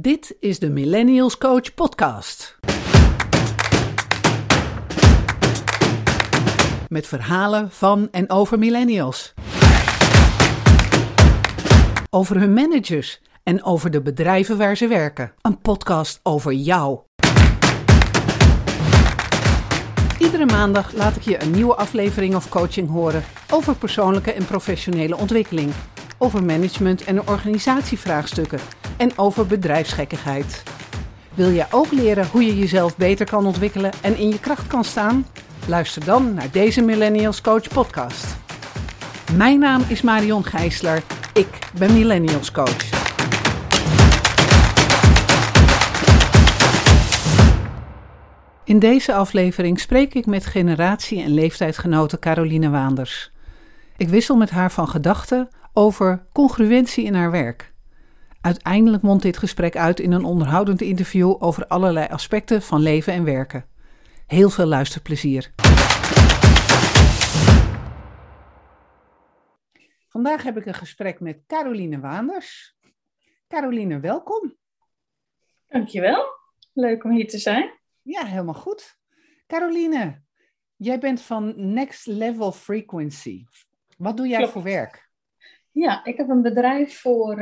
Dit is de Millennials Coach podcast. Met verhalen van en over millennials. Over hun managers en over de bedrijven waar ze werken. Een podcast over jou. Iedere maandag laat ik je een nieuwe aflevering of coaching horen over persoonlijke en professionele ontwikkeling, over management en organisatievraagstukken en over bedrijfsgekkigheid. Wil jij ook leren hoe je jezelf beter kan ontwikkelen en in je kracht kan staan? Luister dan naar deze Millennials Coach podcast. Mijn naam is Marion Gijsler. Ik ben Millennials Coach. In deze aflevering spreek ik met generatie- en leeftijdgenote Caroline Waanders. Ik wissel met haar van gedachten over congruentie in haar werk. Uiteindelijk mondt dit gesprek uit in een onderhoudend interview over allerlei aspecten van leven en werken. Heel veel luisterplezier. Vandaag heb ik een gesprek met Caroline Waanders. Caroline, welkom. Dankjewel. Leuk om hier te zijn. Ja, helemaal goed. Caroline, jij bent van Next Level Frequency. Wat doe jij Klopt. voor werk? Ja, ik heb een bedrijf voor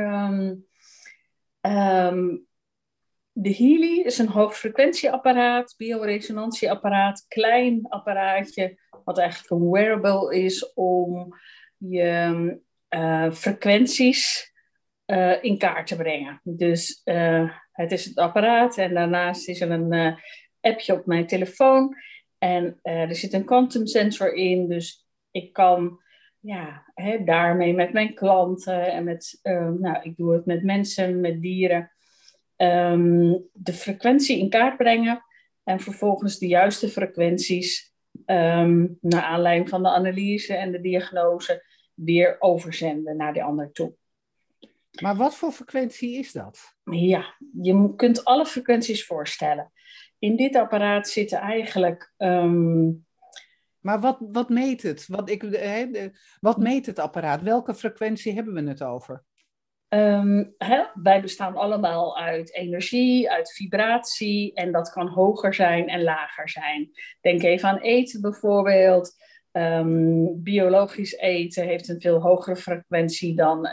de Healy. Is een hoogfrequentieapparaat, bioresonantieapparaat, klein apparaatje, wat eigenlijk een wearable is om je frequenties in kaart te brengen. Dus het is het apparaat en daarnaast is er een appje op mijn telefoon en er zit een quantum sensor in, dus ik kan daarmee met mijn klanten en ik doe het met mensen, met dieren, de frequentie in kaart brengen en vervolgens de juiste frequenties naar aanleiding van de analyse en de diagnose weer overzenden naar de ander toe. Maar wat voor frequentie is dat? Ja, je kunt alle frequenties voorstellen. In dit apparaat zitten eigenlijk... Maar wat meet het? Wat meet het apparaat? Welke frequentie hebben we het over? Wij bestaan allemaal uit energie, uit vibratie. En dat kan hoger zijn en lager zijn. Denk even aan eten bijvoorbeeld. Biologisch eten heeft een veel hogere frequentie dan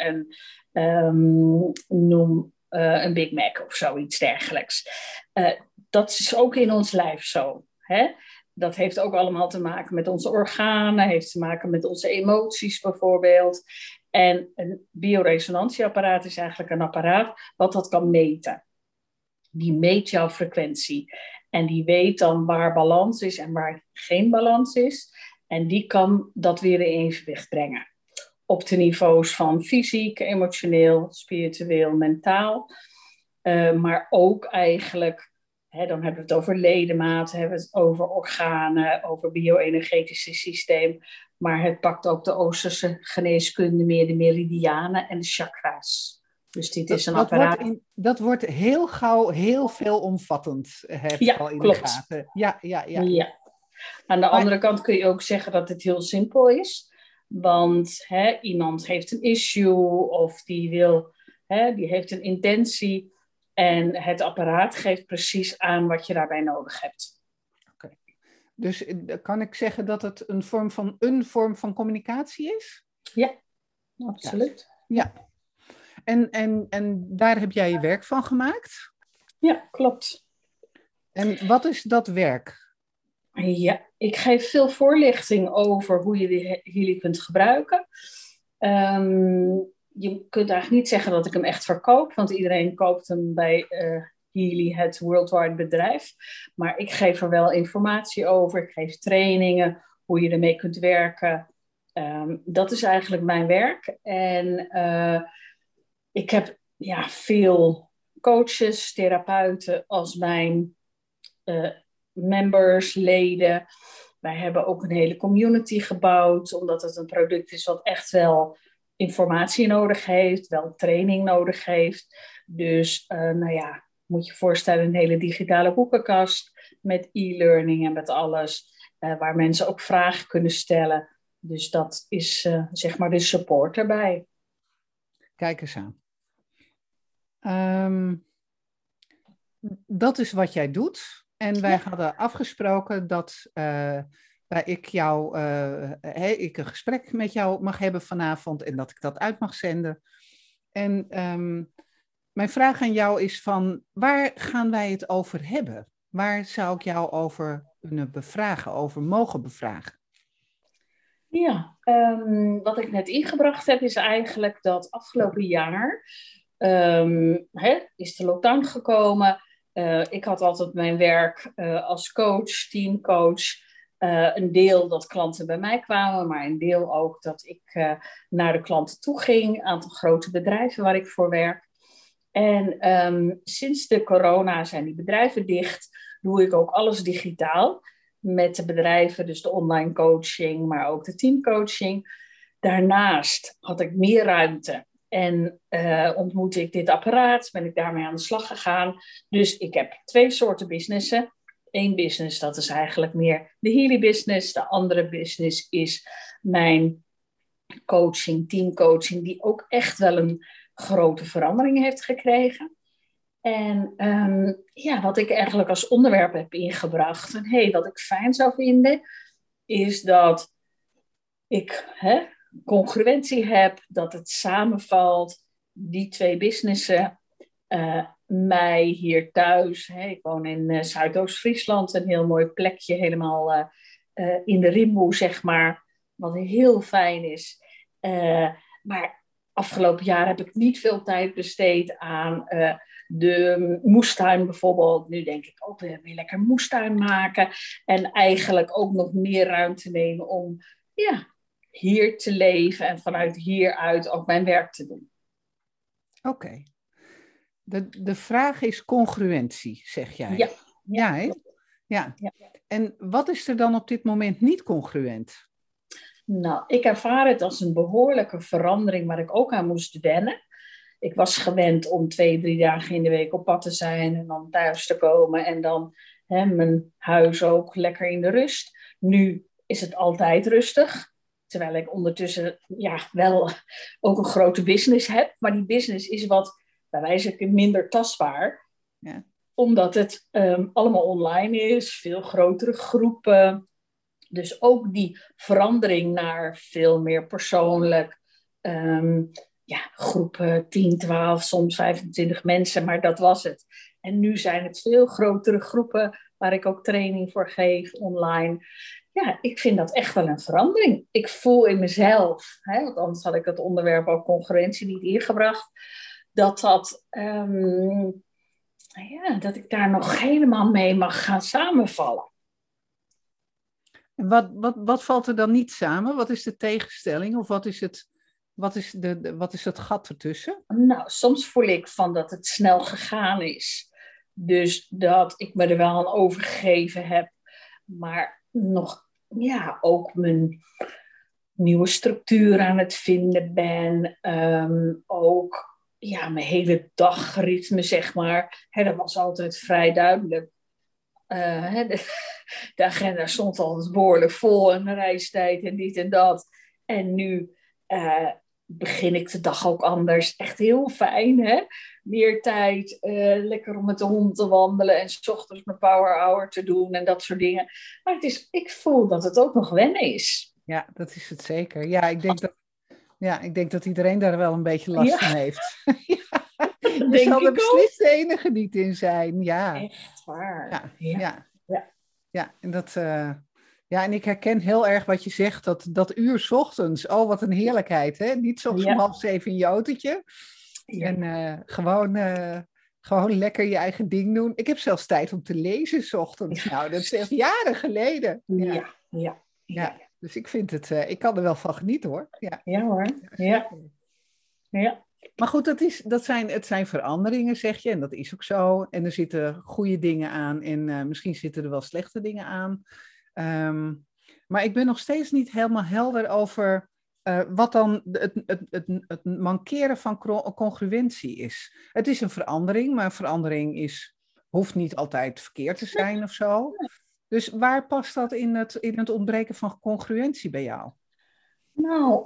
een Big Mac of zoiets dergelijks. Dat is ook in ons lijf zo. Hè? Dat heeft ook allemaal te maken met onze organen, heeft te maken met onze emoties bijvoorbeeld. En een bioresonantieapparaat is eigenlijk een apparaat wat dat kan meten. Die meet jouw frequentie. En die weet dan waar balans is en waar geen balans is. En die kan dat weer in evenwicht brengen. Op de niveaus van fysiek, emotioneel, spiritueel, mentaal. Maar ook eigenlijk... dan hebben we het over ledematen, hebben we het over organen, over bio-energetische systeem. Maar het pakt ook de Oosterse geneeskunde meer, de meridianen en de chakra's. Dus dit is een apparaat. Dat wordt heel gauw heel veelomvattend. Klopt. Ja. Aan de andere kant kun je ook zeggen dat het heel simpel is. Want iemand heeft een issue of die heeft een intentie. En het apparaat geeft precies aan wat je daarbij nodig hebt. Okay. Dus kan ik zeggen dat het een vorm van communicatie is? Ja, absoluut. Ja. En daar heb jij je werk van gemaakt? Ja, klopt. En wat is dat werk? Ja, ik geef veel voorlichting over hoe je de Healy kunt gebruiken. Je kunt eigenlijk niet zeggen dat ik hem echt verkoop, want iedereen koopt hem bij Healy, het worldwide bedrijf. Maar ik geef er wel informatie over, ik geef trainingen, hoe je ermee kunt werken. Dat is eigenlijk mijn werk. En ik heb veel coaches, therapeuten als mijn members, leden. Wij hebben ook een hele community gebouwd, omdat het een product is wat echt wel informatie nodig heeft, wel training nodig heeft. Dus moet je voorstellen een hele digitale boekenkast met e-learning en met alles, waar mensen ook vragen kunnen stellen. Dus dat is zeg maar de support erbij. Kijk eens aan. dat is wat jij doet. En wij hadden afgesproken dat ik een gesprek met jou mag hebben vanavond en dat ik dat uit mag zenden. En mijn vraag aan jou is van, waar gaan wij het over hebben? Waar zou ik jou over kunnen bevragen, over mogen bevragen? Ja, wat ik net ingebracht heb is eigenlijk dat afgelopen jaar is de lockdown gekomen. Ik had altijd mijn werk als coach, teamcoach. Een deel dat klanten bij mij kwamen, maar een deel ook dat ik naar de klanten toe ging. Een aantal grote bedrijven waar ik voor werk. En sinds de corona zijn die bedrijven dicht. Doe ik ook alles digitaal met de bedrijven, dus de online coaching, maar ook de teamcoaching. Daarnaast had ik meer ruimte en ontmoette ik dit apparaat, ben ik daarmee aan de slag gegaan. Dus ik heb 2 soorten businessen. Eén business, dat is eigenlijk meer de Healy business. De andere business is mijn coaching, teamcoaching, die ook echt wel een grote verandering heeft gekregen. En wat ik eigenlijk als onderwerp heb ingebracht, en wat ik fijn zou vinden, is dat ik congruentie heb, dat het samenvalt, die 2 businessen. Mij hier thuis, ik woon in Zuidoost-Friesland, een heel mooi plekje, helemaal in de Rimboe, zeg maar, wat heel fijn is. Maar afgelopen jaar heb ik niet veel tijd besteed aan de moestuin bijvoorbeeld. Nu denk ik ook weer lekker moestuin maken. En eigenlijk ook nog meer ruimte nemen om hier te leven en vanuit hieruit ook mijn werk te doen. Oké. De vraag is congruentie, zeg jij. Ja. Ja, hè? Ja. En wat is er dan op dit moment niet congruent? Nou, ik ervaar het als een behoorlijke verandering waar ik ook aan moest wennen. Ik was gewend om 2-3 dagen in de week op pad te zijn en dan thuis te komen en dan mijn huis ook lekker in de rust. Nu is het altijd rustig, terwijl ik ondertussen wel ook een grote business heb. Maar die business is wat bij wijze van minder tastbaar. Ja. Omdat het allemaal online is, veel grotere groepen. Dus ook die verandering naar veel meer persoonlijk. Groepen 10, 12, soms 25 mensen, maar dat was het. En nu zijn het veel grotere groepen waar ik ook training voor geef online. Ja, ik vind dat echt wel een verandering. Ik voel in mezelf, want anders had ik het onderwerp ook congruentie niet ingebracht, dat ik daar nog helemaal mee mag gaan samenvallen. Wat valt er dan niet samen? Wat is de tegenstelling? Of wat is het gat ertussen? Nou, soms voel ik van dat het snel gegaan is. Dus dat ik me er wel aan overgegeven heb. Maar nog, ook mijn nieuwe structuur aan het vinden ben. Ook, mijn hele dagritme, zeg maar. Dat was altijd vrij duidelijk. De agenda stond altijd behoorlijk vol en de reistijd en dit en dat. En nu begin ik de dag ook anders. Echt heel fijn, hè? Meer tijd, lekker om met de hond te wandelen en 's ochtends mijn power hour te doen en dat soort dingen. Maar ik voel dat het ook nog wennen is. Ja, dat is het zeker. Ja, ik denk dat iedereen daar wel een beetje last van heeft. Je zal er beslist de enige niet in zijn. Ja. Echt waar. Ja, en dat... en ik herken heel erg wat je zegt, dat uur 's ochtends. Oh, wat een heerlijkheid, hè? Niet 's ochtends om 6:30 in je autootje. Ja. En gewoon lekker je eigen ding doen. Ik heb zelfs tijd om te lezen 's ochtends. Nou, dat is echt jaren geleden. Ja. Dus ik vind het... ik kan er wel van genieten, hoor. Ja hoor. Ja. Maar goed, het zijn veranderingen, zeg je. En dat is ook zo. En er zitten goede dingen aan. En misschien zitten er wel slechte dingen aan. Maar ik ben nog steeds niet helemaal helder over wat dan het mankeren van congruentie is. Het is een verandering, maar een verandering hoeft niet altijd verkeerd te zijn of zo. Dus waar past dat in het ontbreken van congruentie bij jou? Nou,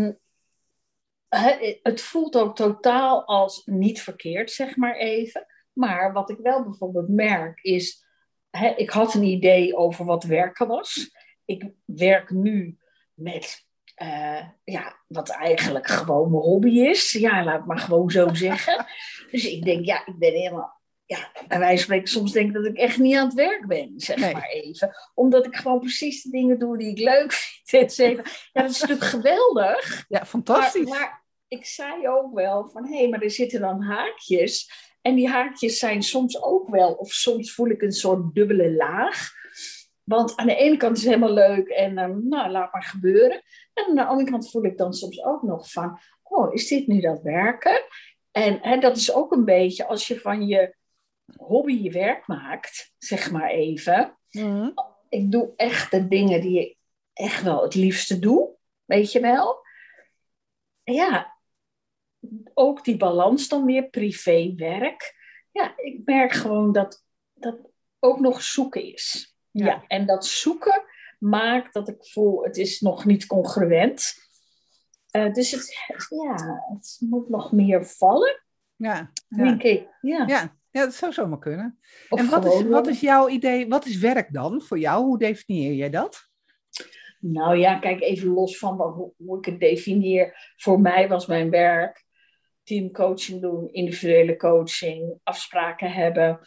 het voelt ook totaal als niet verkeerd, zeg maar even. Maar wat ik wel bijvoorbeeld merk is, ik had een idee over wat werken was. Ik werk nu met wat eigenlijk gewoon mijn hobby is. Ja, laat het maar gewoon zo zeggen. Dus ik denk, ik ben helemaal... Ja, bij wijze van spreken, soms denk ik dat ik echt niet aan het werk ben, zeg maar even. Omdat ik gewoon precies de dingen doe die ik leuk vind, et cetera. Ja, dat is natuurlijk geweldig. Ja, fantastisch. Maar ik zei ook wel van, maar er zitten dan haakjes. En die haakjes zijn soms ook wel, of soms voel ik een soort dubbele laag. Want aan de ene kant is het helemaal leuk en laat maar gebeuren. En aan de andere kant voel ik dan soms ook nog van, is dit nu dat werken? En dat is ook een beetje als je van je hobby je werk maakt, zeg maar even. Mm-hmm. Ik doe echt de dingen die ik echt wel het liefste doe, weet je wel. Ja, ook die balans dan weer, privé-werk. Ja, ik merk gewoon dat ook nog zoeken is. Ja, en dat zoeken maakt dat ik voel, het is nog niet congruent. Dus het moet nog meer vallen. Ja, denk ik. Ja, dat zou zomaar kunnen. Of en wat is jouw idee, wat is werk dan voor jou? Hoe definieer jij dat? Nou ja, kijk, even los van hoe ik het definieer. Voor mij was mijn werk teamcoaching doen, individuele coaching, afspraken hebben.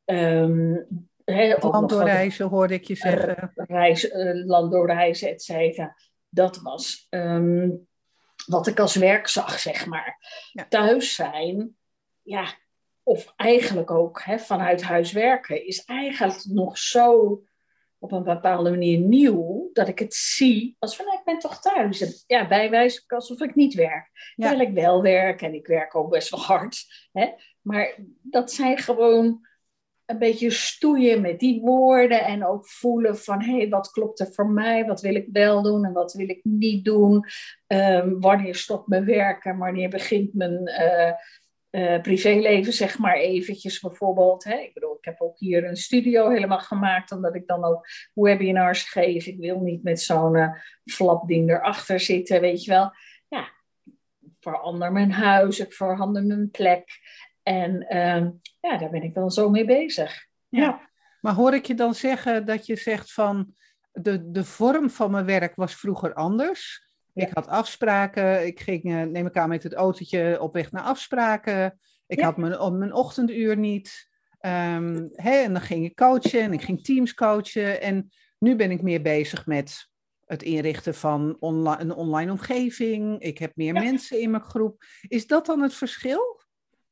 Land doorreizen, hoorde ik je zeggen. Land doorreizen, et cetera. Dat was wat ik als werk zag, zeg maar. Ja. Thuis zijn, of eigenlijk ook vanuit huis werken, is eigenlijk nog zo op een bepaalde manier nieuw, dat ik het zie als van, ik ben toch thuis. En bij wijze van alsof ik niet werk. Ja. Terwijl ik wel werk en ik werk ook best wel hard. Maar dat zijn gewoon een beetje stoeien met die woorden en ook voelen van, wat klopt er voor mij? Wat wil ik wel doen en wat wil ik niet doen? Wanneer stopt mijn werk en wanneer begint mijn privéleven, zeg maar eventjes bijvoorbeeld. Ik bedoel, ik heb ook hier een studio helemaal gemaakt, omdat ik dan ook webinars geef. Ik wil niet met zo'n flapding erachter zitten, weet je wel. Ja, ik verander mijn huis, ik verander mijn plek. En daar ben ik dan zo mee bezig. Ja. Maar hoor ik je dan zeggen dat je zegt van, de vorm van mijn werk was vroeger anders? Ja. Ik had afspraken, ik ging, neem ik aan, met het autootje op weg naar afspraken. Ik had mijn ochtenduur niet. En dan ging ik coachen en ik ging teams coachen. En nu ben ik meer bezig met het inrichten van een online omgeving. Ik heb meer mensen in mijn groep. Is dat dan het verschil?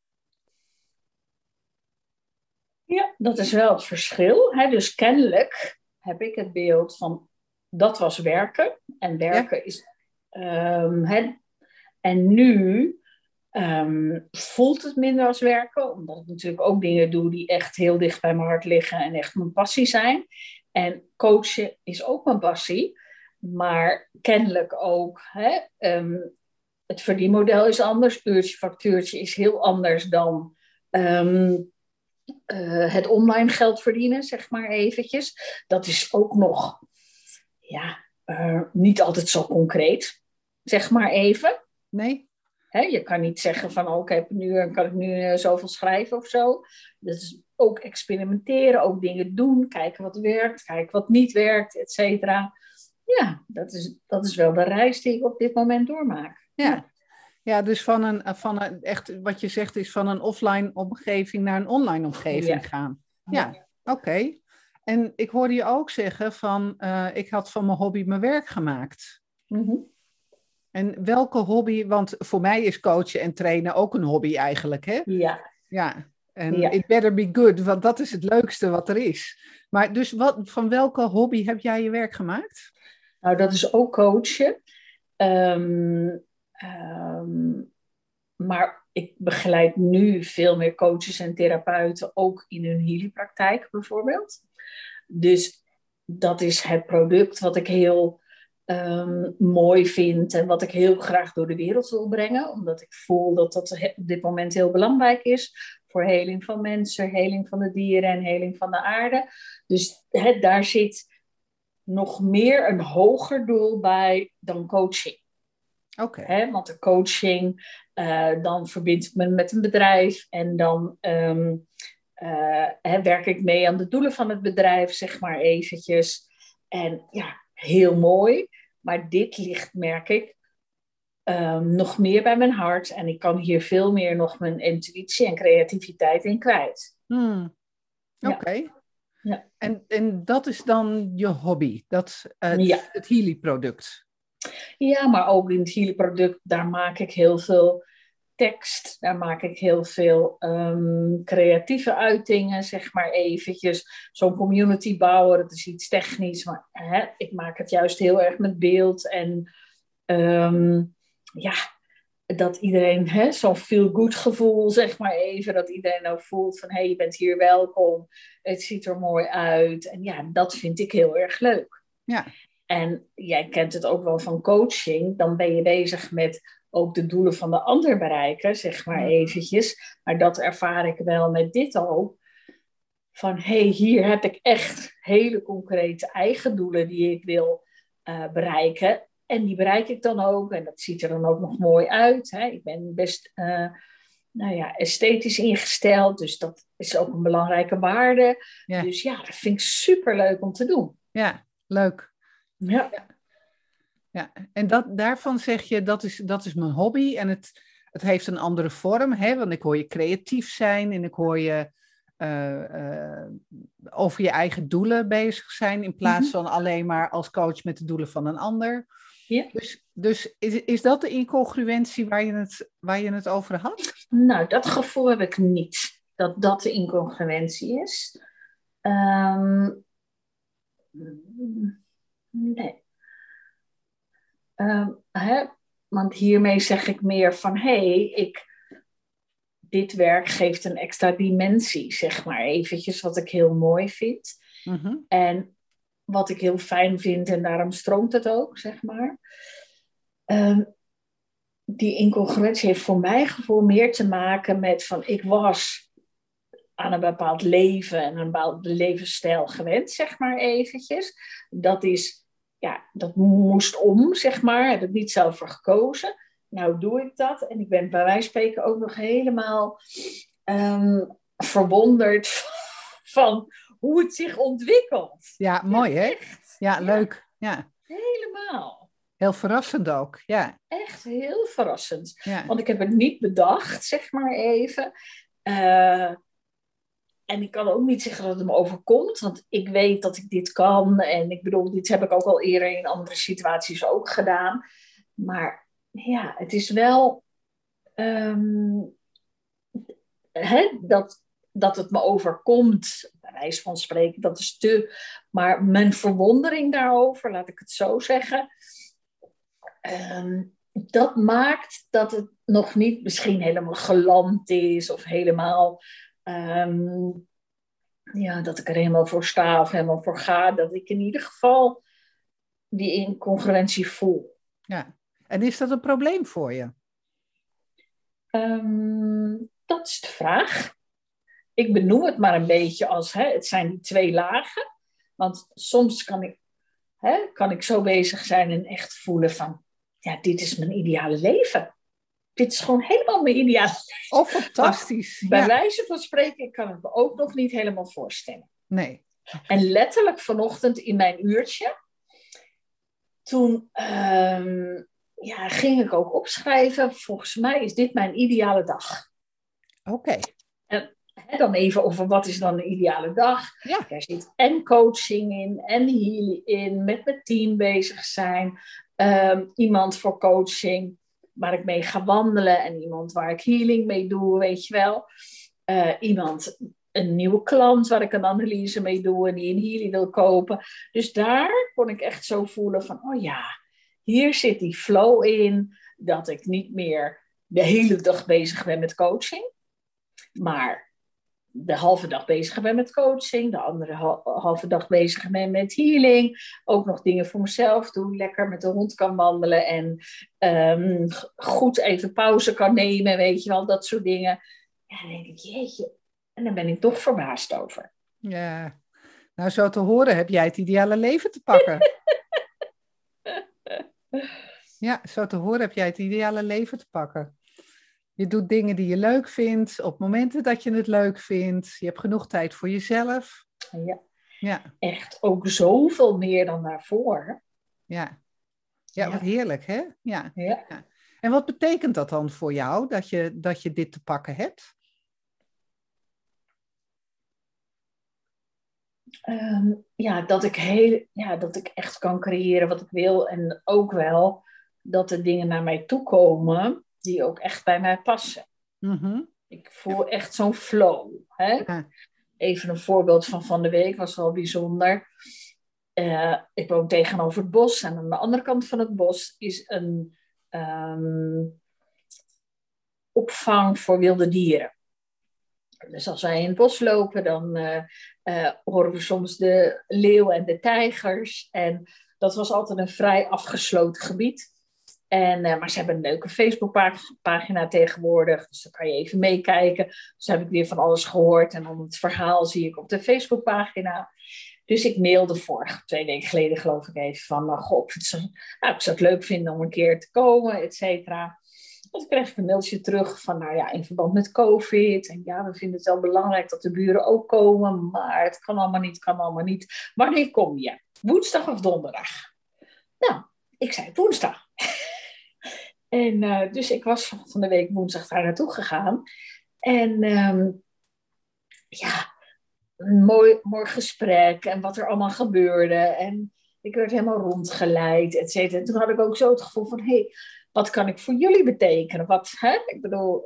Ja, dat is wel het verschil. Dus kennelijk heb ik het beeld van, dat was werken. En werken is... en nu voelt het minder als werken, omdat ik natuurlijk ook dingen doe die echt heel dicht bij mijn hart liggen en echt mijn passie zijn. En coachen is ook mijn passie, maar kennelijk ook het verdienmodel is anders. Uurtje, factuurtje is heel anders dan het online geld verdienen, zeg maar eventjes. Dat is ook nog niet altijd zo concreet, zeg maar even. Nee. Je kan niet zeggen van, kan ik nu zoveel schrijven of zo. Dus ook experimenteren, ook dingen doen, kijken wat werkt, kijken wat niet werkt, et cetera. Ja, dat is wel de reis die ik op dit moment doormaak. Ja, dus van een echt, wat je zegt is van een offline omgeving naar een online omgeving gaan. Ja, oké. En ik hoorde je ook zeggen van, ik had van mijn hobby mijn werk gemaakt. Mm-hmm. En welke hobby, want voor mij is coachen en trainen ook een hobby eigenlijk, hè? Ja. En it better be good, want dat is het leukste wat er is. Maar dus van welke hobby heb jij je werk gemaakt? Nou, dat is ook coachen. Maar ik begeleid nu veel meer coaches en therapeuten, ook in hun healingpraktijk bijvoorbeeld. Dus dat is het product wat ik heel mooi vind en wat ik heel graag door de wereld wil brengen. Omdat ik voel dat dat op dit moment heel belangrijk is voor heling van mensen, heling van de dieren en heling van de aarde. Dus daar zit nog meer een hoger doel bij dan coaching. Okay. Want de coaching Dan verbind ik me met een bedrijf en dan werk ik mee aan de doelen van het bedrijf, zeg maar eventjes. En ja, heel mooi. Maar dit ligt, merk ik, nog meer bij mijn hart. En ik kan hier veel meer nog mijn intuïtie en creativiteit in kwijt. Oké. Ja. En dat is dan je hobby, Ja. het Healy-product. Ja, maar ook in het Healy-product, daar maak ik heel veel tekst. Daar maak ik heel veel creatieve uitingen, zeg maar eventjes. Zo'n community bouwen, dat is iets technisch. Maar ik maak het juist heel erg met beeld. En dat iedereen zo'n feel-good gevoel, zeg maar even. Dat iedereen ook voelt van, je bent hier welkom. Het ziet er mooi uit. En ja, dat vind ik heel erg leuk. Ja. En jij kent het ook wel van coaching. Dan ben je bezig met ook de doelen van de ander bereiken, zeg maar eventjes. Maar dat ervaar ik wel met dit ook. Van, hier heb ik echt hele concrete eigen doelen die ik wil bereiken. En die bereik ik dan ook. En dat ziet er dan ook nog mooi uit. Hè. Ik ben best esthetisch ingesteld. Dus dat is ook een belangrijke waarde. Ja. Dus ja, dat vind ik super leuk om te doen. Ja, leuk. Ja. Ja. En daarvan zeg je, dat is mijn hobby. En het heeft een andere vorm. Hè? Want ik hoor je creatief zijn. En ik hoor je over je eigen doelen bezig zijn. In plaats van alleen maar als coach met de doelen van een ander. Ja. Dus is dat de incongruentie waar je het over had? Nou, dat gevoel heb ik niet. Dat de incongruentie is. Nee. Want hiermee zeg ik meer van, dit werk geeft een extra dimensie, zeg maar eventjes, wat ik heel mooi vind. En wat ik heel fijn vind, en daarom stroomt het ook, zeg maar. Die incongruentie heeft voor mijn gevoel meer te maken met van, ik was aan een bepaald leven en een bepaalde levensstijl gewend, zeg maar eventjes. Dat moest om, zeg maar. Heb ik niet zelf voor gekozen. Nou doe ik dat. En ik ben bij wijze van spreken ook nog helemaal verwonderd van hoe het zich ontwikkelt. Ja, mooi hè? Echt. Ja, leuk. Ja. Helemaal. Heel verrassend ook, ja. Echt heel verrassend. Ja. Want ik heb het niet bedacht, zeg maar even. En ik kan ook niet zeggen dat het me overkomt, want ik weet dat ik dit kan. En ik bedoel, dit heb ik ook al eerder in andere situaties ook gedaan. Maar ja, het is wel dat het me overkomt, bij wijze van spreken, dat is maar mijn verwondering daarover, laat ik het zo zeggen, dat maakt dat het nog niet misschien helemaal geland is of helemaal, dat ik er helemaal voor sta of helemaal voor ga, dat ik in ieder geval die incongruentie voel. Ja, en is dat een probleem voor je? Dat is de vraag. Ik benoem het maar een beetje als, het zijn die twee lagen. Want soms kan ik zo bezig zijn en echt voelen van, ja, dit is mijn ideale leven. Dit is gewoon helemaal mijn ideale leven. Oh, fantastisch. Maar bij wijze van spreken, ik kan het me ook nog niet helemaal voorstellen. Nee. En letterlijk vanochtend in mijn uurtje, toen ging ik ook opschrijven, volgens mij is dit mijn ideale dag. Oké. Dan even over wat is dan een ideale dag. Ja. Er zit en coaching in, en healing in, met mijn team bezig zijn. Iemand voor coaching waar ik mee ga wandelen en iemand waar ik healing mee doe, weet je wel. Een nieuwe klant waar ik een analyse mee doe en die een healing wil kopen. Dus daar kon ik echt zo voelen van, oh ja, hier zit die flow in, dat ik niet meer de hele dag bezig ben met coaching, maar de halve dag bezig ben met coaching, de andere halve dag bezig ben met healing, ook nog dingen voor mezelf doen, lekker met de hond kan wandelen en goed even pauze kan nemen, weet je wel, dat soort dingen. Ja, dan denk ik, jeetje, en daar ben ik toch verbaasd over. Ja, nou zo te horen heb jij het ideale leven te pakken. Ja, zo te horen heb jij het ideale leven te pakken. Je doet dingen die je leuk vindt, op momenten dat je het leuk vindt. Je hebt genoeg tijd voor jezelf. Ja, Ja, echt ook zoveel meer dan daarvoor. ja. Ja, wat Ja, heerlijk, hè? Ja, ja. ja. En wat betekent dat dan voor jou, dat je dit te pakken hebt? Ja, dat ik echt kan creëren wat ik wil. En ook wel dat er dingen naar mij toe komen die ook echt bij mij passen. Mhm. Ik voel echt zo'n flow. Hè? Ja. Even een voorbeeld van de week was wel bijzonder. Ik woon tegenover het bos en aan de andere kant van het bos is een ehm, opvang voor wilde dieren. Dus als wij in het bos lopen, dan horen we soms de leeuwen en de tijgers. En dat was altijd een vrij afgesloten gebied. Maar ze hebben een leuke Facebookpagina tegenwoordig. Dus dan kan je even meekijken. Dus heb ik weer van alles gehoord. En dan het verhaal zie ik op de Facebookpagina. Dus ik mailde 2 weken geleden geloof ik even van... goh, ik zou het leuk vinden om een keer te komen, et cetera. Dus ik kreeg een mailtje terug van, nou ja, in verband met COVID. En ja, we vinden het wel belangrijk dat de buren ook komen. Maar het kan allemaal niet. Wanneer kom je? Woensdag of donderdag? Nou, ik zei woensdag. Dus ik was van de week woensdag daar naartoe gegaan. En ja, een mooi gesprek en wat er allemaal gebeurde. En ik werd helemaal rondgeleid, et cetera. En toen had ik ook zo het gevoel van, hé, wat kan ik voor jullie betekenen? Wat, hè? Ik bedoel,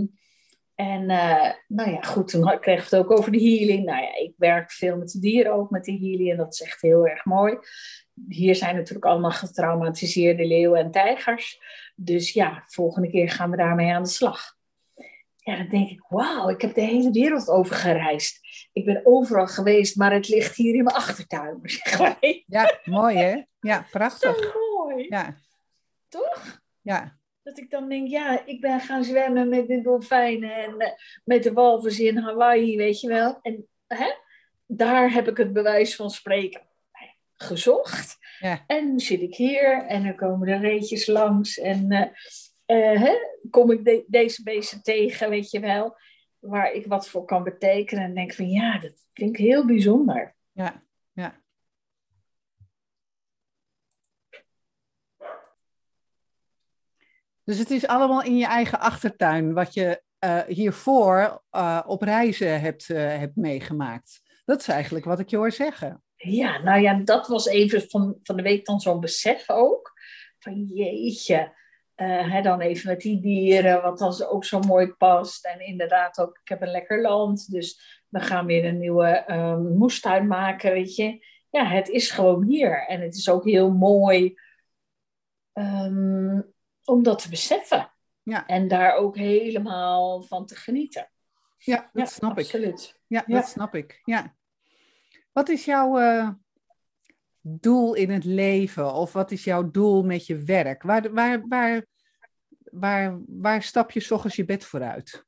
nou ja, goed, toen kreeg ik het ook over de healing. Nou ja, ik werk veel met de dieren ook, met de healing. En dat is echt heel erg mooi. Hier zijn natuurlijk allemaal getraumatiseerde leeuwen en tijgers. Dus ja, volgende keer gaan we daarmee aan de slag. Ja, dan denk ik, wauw, ik heb de hele wereld over gereisd. Ik ben overal geweest, maar het ligt hier in mijn achtertuin. Zeg maar. Ja, mooi hè? Ja, Zo prachtig. mooi, Ja, toch? ja, Dat ik dan denk, ja, ik ben gaan zwemmen met de dolfijnen en met de walvis in Hawaii, weet je wel. En hè, daar heb ik het bewijs van spreken gezocht. ja. En nu zit ik hier en dan komen de reetjes langs en hè, kom ik deze beesten tegen, weet je wel, waar ik wat voor kan betekenen. En denk van, ja, dat vind ik heel bijzonder. Ja, ja. Dus het is allemaal in je eigen achtertuin wat je hiervoor op reizen hebt meegemaakt. Dat is eigenlijk wat ik je hoor zeggen. Ja, nou ja, dat was even van de week dan zo'n besef ook. Van jeetje, hè, dan even met die dieren, wat dan ook zo mooi past. En inderdaad ook, ik heb een lekker land, dus we gaan weer een nieuwe moestuin maken, weet je. Ja, het is gewoon hier. En het is ook heel mooi om dat te beseffen. Ja, En daar ook helemaal van te genieten. ja, dat Ja, snap ik. absoluut. Ja, dat Ja. snap ik. Ja. Wat is jouw doel in het leven? Of wat is jouw doel met je werk? Waar stap je 's ochtends je bed vooruit?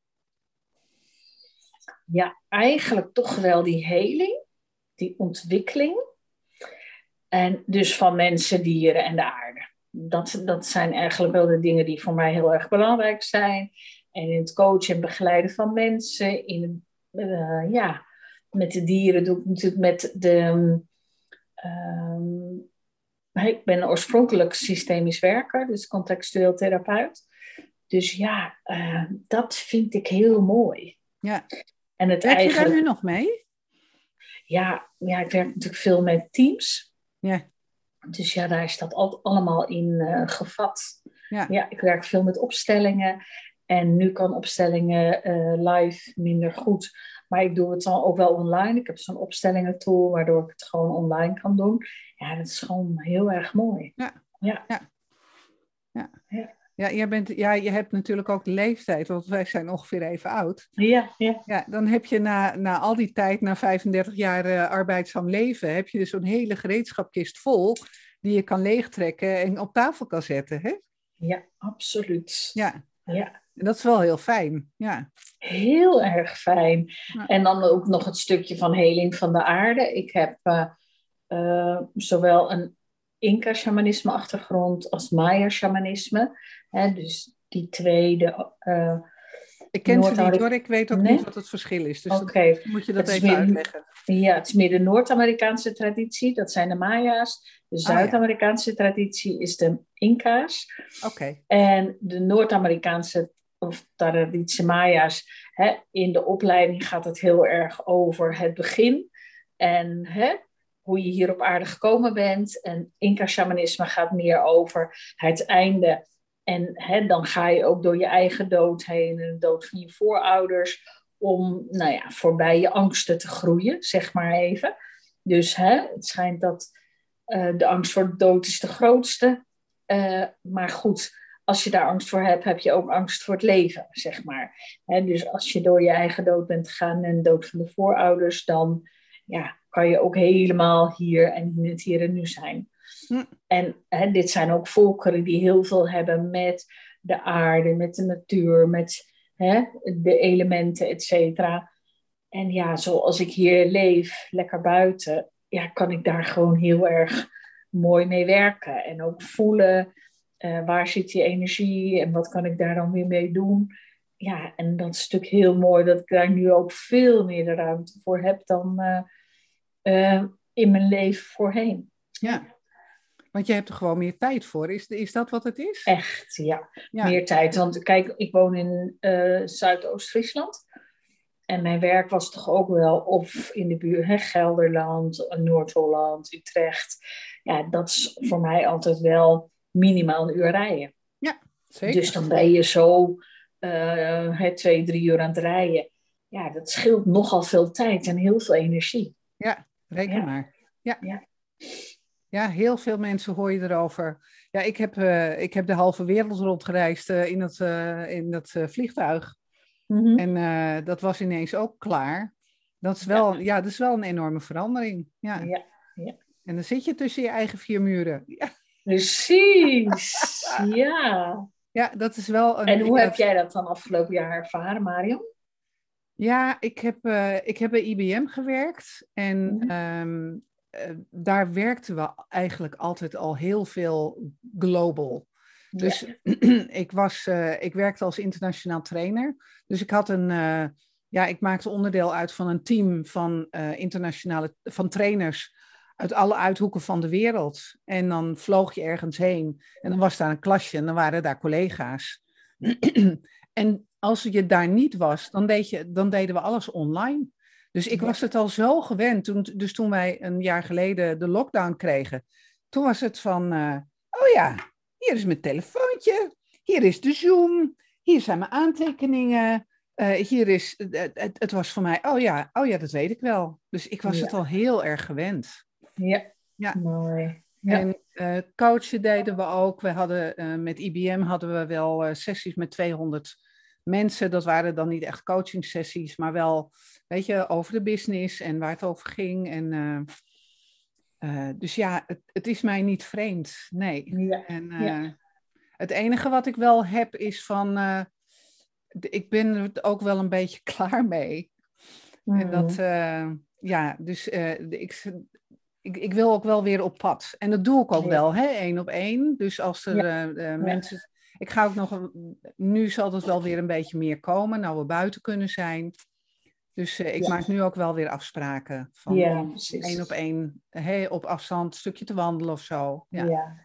Ja, eigenlijk toch wel die heling, die ontwikkeling. En dus van mensen, dieren en de aarde. Dat zijn eigenlijk wel de dingen die voor mij heel erg belangrijk zijn. En in het coachen en begeleiden van mensen. Ja, met de dieren doe ik natuurlijk met de... ik ben oorspronkelijk systemisch werker, dus contextueel therapeut. Dus ja, dat vind ik heel mooi. Ja. En het Werk je daar eigenlijk... nu nog mee? Ja, ik werk natuurlijk veel met teams. Ja, Dus ja, daar is dat allemaal in gevat. ja, Ja, ik werk veel met opstellingen. En nu kan opstellingen live minder goed. Maar ik doe het dan ook wel online. Ik heb zo'n opstellingen-tool waardoor ik het gewoon online kan doen. Ja, dat is gewoon heel erg mooi. ja, Ja. ja, ja. Ja, Ja, je hebt natuurlijk ook de leeftijd, want wij zijn ongeveer even oud. ja, ja. Ja, dan heb je na al die tijd, na 35 jaar arbeidzaam leven, heb je dus zo'n hele gereedschapkist vol die je kan leegtrekken en op tafel kan zetten. Hè? Ja, absoluut. Ja, Ja, en dat is wel heel fijn. Ja. heel erg fijn. Ja. En dan ook nog het stukje van heling van de aarde. Ik heb zowel een Inca-shamanisme achtergrond als Maya-shamanisme. Dus die twee, Ik ken ze niet hoor, ik weet ook niet wat het verschil is. Dus Oké. moet je dat even uitleggen. Ja, het is meer de Noord-Amerikaanse traditie, dat zijn de Maya's. De Zuid-Amerikaanse traditie is de Inca's. Oké. En de Noord-Amerikaanse of traditie Maya's, in de opleiding gaat het heel erg over het begin. En hoe je hier op aarde gekomen bent. En Inca-shamanisme gaat meer over het einde. En dan ga je ook door je eigen dood heen en de dood van je voorouders. Om, voorbij je angsten te groeien, zeg maar even. Dus het schijnt dat de angst voor de dood is de grootste. Maar goed, als je daar angst voor hebt, heb je ook angst voor het leven, zeg maar. Dus als je door je eigen dood bent gegaan en de dood van de voorouders, dan kan je ook helemaal hier en in het hier en nu zijn. En dit zijn ook volkeren die heel veel hebben met de aarde, met de natuur, met de elementen, et cetera. En zoals ik hier leef, lekker buiten, kan ik daar gewoon heel erg mooi mee werken. En ook voelen, waar zit die energie en wat kan ik daar dan weer mee doen. Ja, en dat is natuurlijk heel mooi dat ik daar nu ook veel meer de ruimte voor heb dan in mijn leven voorheen. Ja. Want je hebt er gewoon meer tijd voor. Is dat wat het is? Echt, ja. Meer tijd. Want kijk, ik woon in Zuidoost-Friesland. En mijn werk was toch ook wel of in de buurt, Gelderland, Noord-Holland, Utrecht. Ja, dat is voor mij altijd wel minimaal 1 uur rijden. Ja, zeker. Dus dan ben je zo 2-3 uur aan het rijden. Ja, dat scheelt nogal veel tijd en heel veel energie. Ja, reken maar. Ja, heel veel mensen hoor je erover. Ja, ik heb de halve wereld rondgereisd in dat vliegtuig. Mm-hmm. En dat was ineens ook klaar. Dat is wel, dat is wel een enorme verandering. Ja. En dan zit je tussen je eigen 4 muren. Ja. Precies, ja. Ja, dat is wel een... En hoe heb jij dat dan afgelopen jaar ervaren, Marion? Ja, ik heb bij IBM gewerkt. En daar werkten we eigenlijk altijd al heel veel global. Dus ik werkte als internationaal trainer. Dus ik had ik maakte onderdeel uit van een team van van trainers uit alle uithoeken van de wereld. En dan vloog je ergens heen en dan was daar een klasje en dan waren daar collega's. En als je daar niet was, dan deden we alles online. Dus ik was het al zo gewend. Toen wij een jaar geleden de lockdown kregen, toen was het van, hier is mijn telefoontje, hier is de Zoom, hier zijn mijn aantekeningen, hier is, het was voor mij, dat weet ik wel. Dus ik was het al heel erg gewend. Ja. Mooi. Ja. En coachen deden we ook. We hadden met IBM hadden we wel sessies met 200 mensen. Dat waren dan niet echt coaching sessies, maar wel, weet je, over de business en waar het over ging. En dus het is mij niet vreemd. Nee. Het enige wat ik wel heb is van, ik ben er ook wel een beetje klaar mee. En dat, dus ik wil ook wel weer op pad. En dat doe ik ook wel, 1 op 1. Dus als er mensen... Ik ga ook nog... Nu zal het wel weer een beetje meer komen, nou we buiten kunnen zijn. Dus ik maak nu ook wel weer afspraken van 1 op 1, op afstand, een stukje te wandelen of zo. Ja.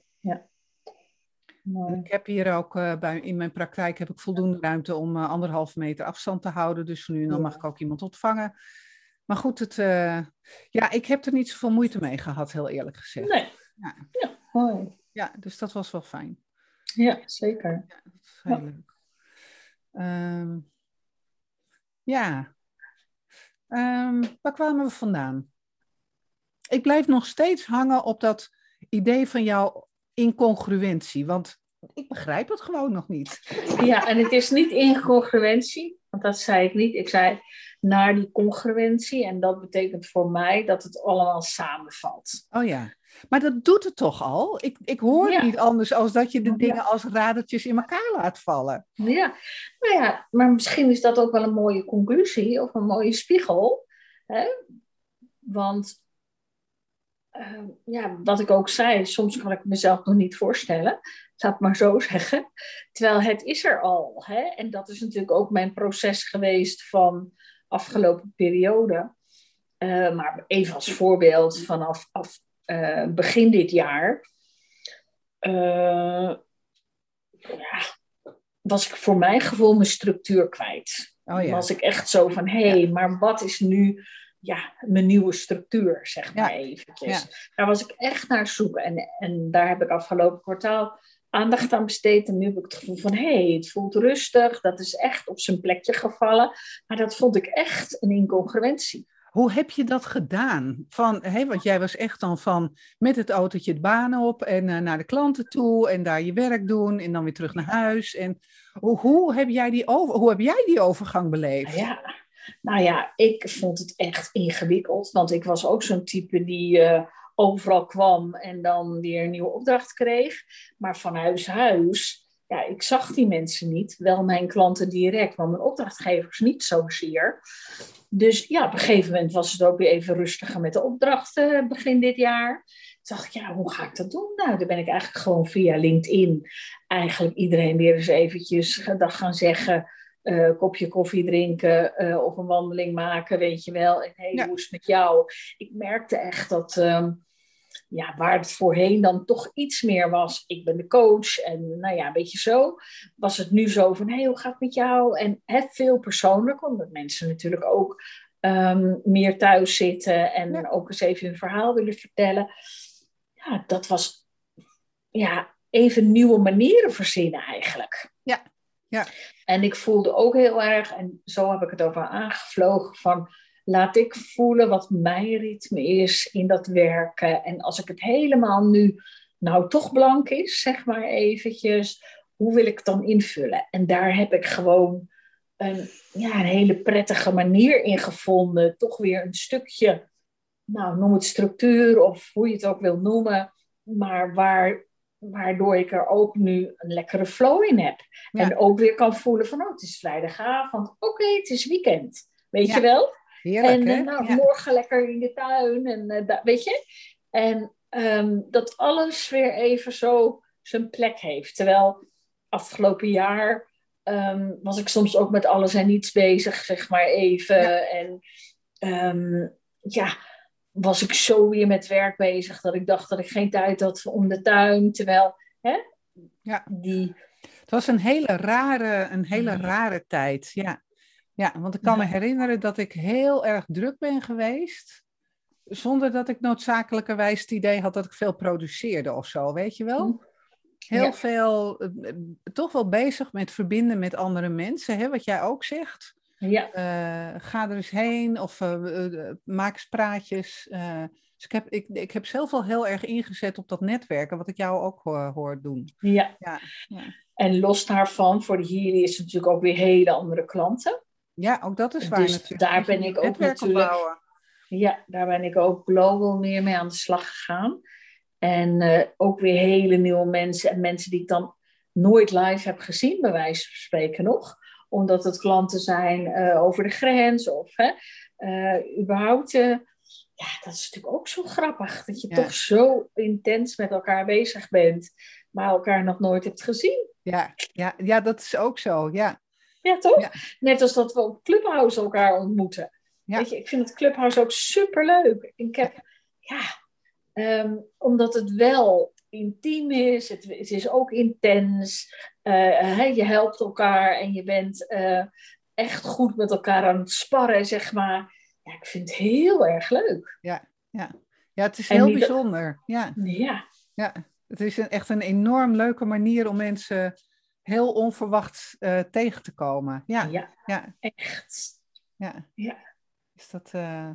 Ik heb hier ook in mijn praktijk heb ik voldoende ruimte om 1,5 meter afstand te houden. Dus nu en dan mag ik ook iemand ontvangen. Maar goed, ik heb er niet zoveel moeite mee gehad, heel eerlijk gezegd. Nee. Mooi. Ja, dus dat was wel fijn. Ja, zeker. Ja, dat is heel leuk. Waar kwamen we vandaan? Ik blijf nog steeds hangen op dat idee van jouw incongruentie, want ik begrijp het gewoon nog niet. Ja, en het is niet incongruentie, want dat zei ik niet. Ik zei naar die congruentie en dat betekent voor mij dat het allemaal samenvalt. Oh ja, maar dat doet het toch al? Ik hoor niet anders als dat je de dingen als radertjes in elkaar laat vallen. Ja, maar misschien is dat ook wel een mooie conclusie of een mooie spiegel. Hè? Want ja, wat ik ook zei, soms kan ik mezelf nog niet voorstellen. Laat het maar zo zeggen. Terwijl het is er al. Hè? En dat is natuurlijk ook mijn proces geweest van afgelopen periode. Maar even als voorbeeld, vanaf begin dit jaar ja, was ik voor mijn gevoel mijn structuur kwijt. Oh ja. Was ik echt zo van, maar wat is nu mijn nieuwe structuur, zeg maar eventjes. Ja. Daar was ik echt naar zoeken. En daar heb ik afgelopen kwartaal aandacht aan besteed. En nu heb ik het gevoel van, het voelt rustig. Dat is echt op zijn plekje gevallen. Maar dat vond ik echt een incongruentie. Hoe heb je dat gedaan? Want jij was echt dan van met het autootje het baan op en naar de klanten toe en daar je werk doen en dan weer terug naar huis. En hoe heb jij die overgang beleefd? Nou ja, ik vond het echt ingewikkeld, want ik was ook zo'n type die overal kwam en dan weer een nieuwe opdracht kreeg. Maar van huis, ik zag die mensen niet. Wel mijn klanten direct, maar mijn opdrachtgevers niet zozeer. Dus ja, op een gegeven moment was het ook weer even rustiger met de opdrachten begin dit jaar. Toen dacht ik, hoe ga ik dat doen? Nou, dan ben ik eigenlijk gewoon via LinkedIn eigenlijk iedereen weer eens eventjes dag gaan zeggen. Kopje koffie drinken of een wandeling maken, weet je wel. En hoe is het met jou? Ik merkte echt dat waar het voorheen dan toch iets meer was. Ik ben de coach en een beetje zo. Was het nu zo van, hoe gaat het met jou? En veel persoonlijk, omdat mensen natuurlijk ook meer thuis zitten en ook eens even hun verhaal willen vertellen. Ja, dat was even nieuwe manieren verzinnen eigenlijk. Ja. En ik voelde ook heel erg, en zo heb ik het ook wel aangevlogen, van laat ik voelen wat mijn ritme is in dat werken. En als ik het helemaal nu toch blank is, zeg maar eventjes, hoe wil ik het dan invullen? En daar heb ik gewoon een hele prettige manier in gevonden. Toch weer een stukje, noem het structuur of hoe je het ook wil noemen, maar waardoor ik er ook nu een lekkere flow in heb. Ja. En ook weer kan voelen van, het is vrijdagavond. Oké, het is weekend. Weet je wel? Heerlijk, en morgen lekker in de tuin. En weet je? En dat alles weer even zo zijn plek heeft. Terwijl afgelopen jaar was ik soms ook met alles en niets bezig, zeg maar even. Ja. En was ik zo weer met werk bezig dat ik dacht dat ik geen tijd had om de tuin. Terwijl, het was een hele rare tijd, Ja, want ik kan me herinneren dat ik heel erg druk ben geweest, zonder dat ik noodzakelijkerwijs het idee had dat ik veel produceerde of zo, weet je wel? Heel veel, toch wel bezig met verbinden met andere mensen, wat jij ook zegt. Ja. Ga er eens heen of maak eens praatjes. Dus ik heb zelf wel heel erg ingezet op dat netwerken, wat ik jou ook hoor doen. Ja. En los daarvan, voor de Healy is het natuurlijk ook weer hele andere klanten. Ja, ook dat is waar dus natuurlijk. Daar ben ik ook natuurlijk. Opbouwen. Ja, daar ben ik ook global meer mee aan de slag gegaan. En ook weer hele nieuwe mensen en mensen die ik dan nooit live heb gezien, bij wijze van spreken nog. Omdat het klanten zijn over de grens of überhaupt. Dat is natuurlijk ook zo grappig. Dat je toch zo intens met elkaar bezig bent, maar elkaar nog nooit hebt gezien. Ja, dat is ook zo, ja. Ja, toch? Ja. Net als dat we op Clubhouse elkaar ontmoeten. Ja. Weet je, ik vind het Clubhouse ook superleuk. Ik heb, omdat het wel intiem is, het is ook intens. Je helpt elkaar en je bent echt goed met elkaar aan het sparren, zeg maar. Ja, ik vind het heel erg leuk. Ja, het is heel bijzonder. Ja. Het is echt een enorm leuke manier om mensen heel onverwacht tegen te komen. Ja, echt. Ja. Is dat,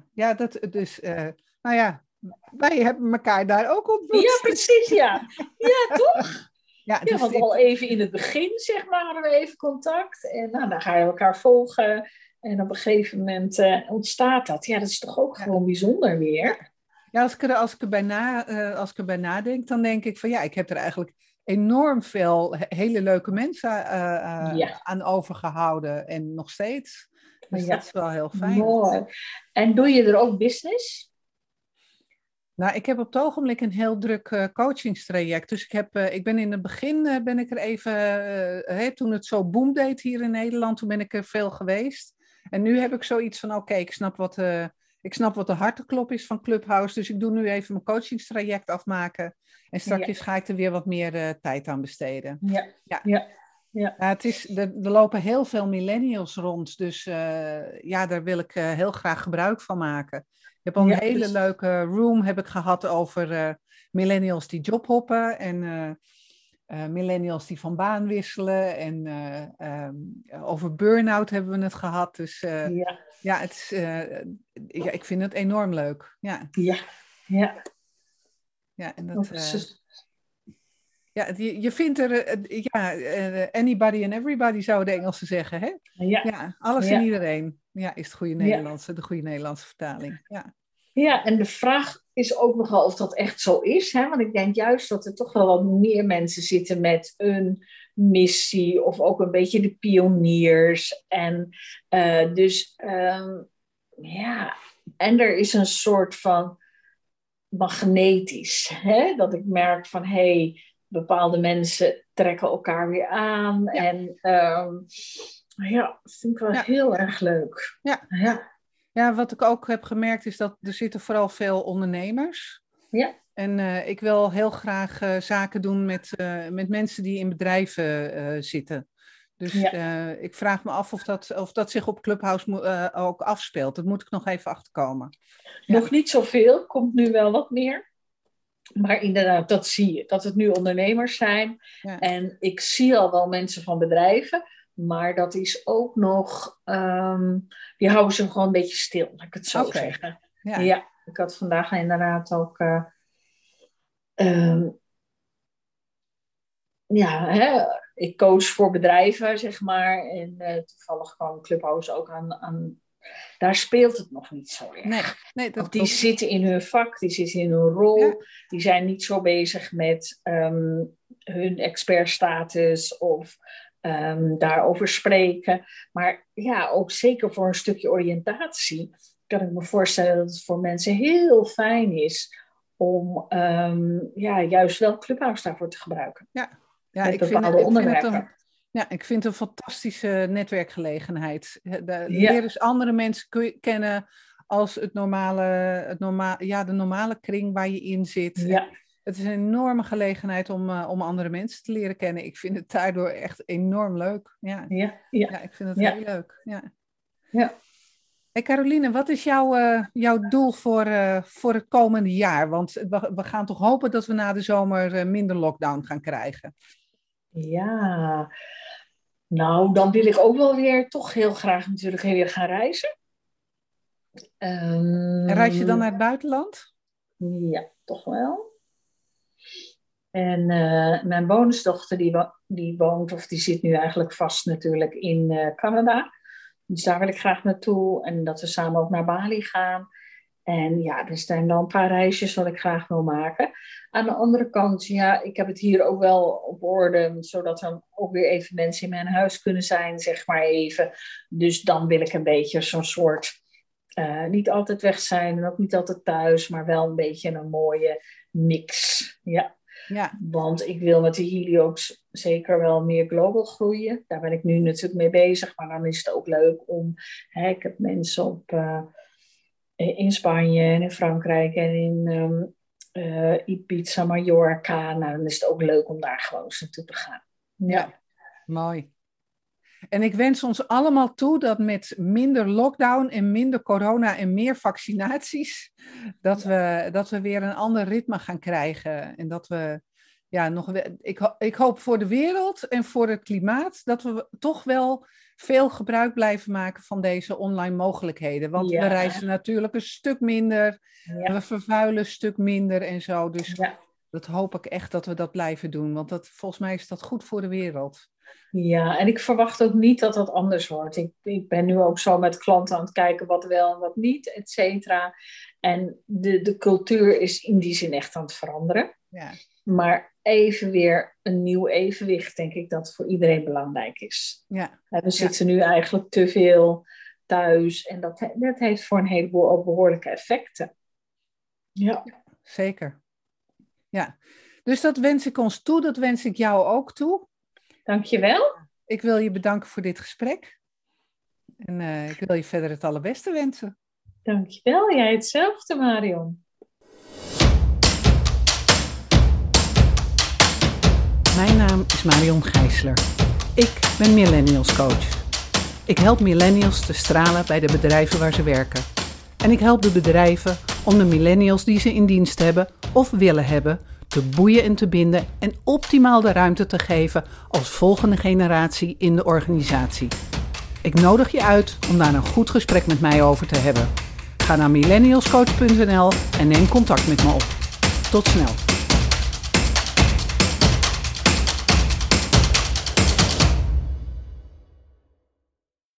wij hebben elkaar daar ook ontmoet. Ja, precies, ja. Ja, toch? Ja, dus want al even in het begin, zeg maar, hadden we even contact. En dan ga je elkaar volgen. En op een gegeven moment ontstaat dat. Ja, dat is toch ook gewoon bijzonder weer. Ja, als ik erbij nadenk, dan denk ik van ik heb er eigenlijk enorm veel hele leuke mensen aan overgehouden. En nog steeds. Dus dat is wel heel fijn. Mooi. En doe je er ook business? Nou, ik heb op het ogenblik een heel druk coachingstraject. Dus ik ben in het begin ben ik er even, toen het zo boom deed hier in Nederland, toen ben ik er veel geweest. En nu heb ik zoiets van, oké, ik snap wat de harteklop is van Clubhouse. Dus ik doe nu even mijn coachingstraject afmaken. En straks ga ik er weer wat meer tijd aan besteden. Ja, Ja. ja. Ja. Ja, er lopen heel veel millennials rond, dus daar wil ik heel graag gebruik van maken. Ik heb al een hele leuke room heb ik gehad over millennials die jobhoppen en millennials die van baan wisselen en over burn-out hebben we het gehad. Dus het is, ik vind het enorm leuk. Ja, ja. Ja, en dat... Ja, je vindt er, anybody and everybody zou de Engelsen zeggen, hè? Ja, alles en iedereen. Ja, is het goede Nederlandse, de goede Nederlandse vertaling. Ja, en de vraag is ook nogal of dat echt zo is, hè? Want ik denk juist dat er toch wel wat meer mensen zitten met een missie of ook een beetje de pioniers. En en er is een soort van magnetisch, hè? Dat ik merk van, bepaalde mensen trekken elkaar weer aan. Ja. En dat vind ik wel heel erg leuk. Ja, wat ik ook heb gemerkt is dat er zitten vooral veel ondernemers. Ja. En ik wil heel graag zaken doen met mensen die in bedrijven zitten. Dus ik vraag me af of dat zich op Clubhouse ook afspeelt. Dat moet ik nog even achterkomen. Nog niet zoveel, komt nu wel wat meer. Maar inderdaad, dat zie je. Dat het nu ondernemers zijn. Ja. En ik zie al wel mensen van bedrijven. Maar dat is ook nog... die houden ze gewoon een beetje stil, laat ik het zo zeggen. Ja, ik had vandaag inderdaad ook... ik coach voor bedrijven, zeg maar. En toevallig kwam Clubhouse ook aan... Daar speelt het nog niet zo erg. Nee, want die zitten in hun vak, die zitten in hun rol. Ja. Die zijn niet zo bezig met hun expertstatus of daarover spreken. Maar ja, ook zeker voor een stukje oriëntatie kan ik me voorstellen dat het voor mensen heel fijn is om juist wel Clubhouse daarvoor te gebruiken. Ja, ik vind het een fantastische netwerkgelegenheid. Leer eens andere mensen kennen als de normale kring waar je in zit. Ja. Het is een enorme gelegenheid om andere mensen te leren kennen. Ik vind het daardoor echt enorm leuk. Ja, ik vind het heel leuk. Ja. Hey Caroline, wat is jouw doel voor het komende jaar? Want we gaan toch hopen dat we na de zomer minder lockdown gaan krijgen. Ja, nou, dan wil ik ook wel weer toch heel graag natuurlijk weer gaan reizen. En reis je dan naar het buitenland? Ja, toch wel. En mijn bonusdochter die woont, of die zit nu eigenlijk vast natuurlijk in Canada. Dus daar wil ik graag naartoe. En dat we samen ook naar Bali gaan. En ja, er zijn dan een paar reisjes wat ik graag wil maken. Aan de andere kant, ik heb het hier ook wel op orde, zodat er ook weer even mensen in mijn huis kunnen zijn, zeg maar even. Dus dan wil ik een beetje zo'n soort, niet altijd weg zijn en ook niet altijd thuis, maar wel een beetje een mooie mix. Ja. Want ik wil met de Healy ook zeker wel meer global groeien. Daar ben ik nu natuurlijk mee bezig, maar dan is het ook leuk om, ik heb mensen in Spanje en in Frankrijk en in Ibiza, Mallorca. Nou, dan is het ook leuk om daar gewoon eens naartoe te gaan. Ja, mooi. En ik wens ons allemaal toe dat met minder lockdown en minder corona en meer vaccinaties, dat we weer een ander ritme gaan krijgen. En dat we, ik hoop voor de wereld en voor het klimaat, dat we toch wel veel gebruik blijven maken van deze online mogelijkheden. Want we reizen natuurlijk een stuk minder, we vervuilen een stuk minder en zo. Dus dat hoop ik echt dat we dat blijven doen. Want volgens mij is dat goed voor de wereld. Ja, en ik verwacht ook niet dat dat anders wordt. Ik ben nu ook zo met klanten aan het kijken wat wel en wat niet, et cetera. En de cultuur is in die zin echt aan het veranderen. Ja. Maar even weer een nieuw evenwicht, denk ik, dat voor iedereen belangrijk is. Ja. We zitten nu eigenlijk te veel thuis en dat heeft voor een heleboel ook behoorlijke effecten. Ja. zeker. Ja, dus dat wens ik ons toe, dat wens ik jou ook toe. Dankjewel. Ik wil je bedanken voor dit gesprek. En ik wil je verder het allerbeste wensen. Dankjewel, jij hetzelfde, Marion. Mijn naam is Marion Gijsler. Ik ben Millennials Coach. Ik help millennials te stralen bij de bedrijven waar ze werken. En ik help de bedrijven om de millennials die ze in dienst hebben of willen hebben te boeien en te binden en optimaal de ruimte te geven als volgende generatie in de organisatie. Ik nodig je uit om daar een goed gesprek met mij over te hebben. Ga naar millennialscoach.nl en neem contact met me op. Tot snel.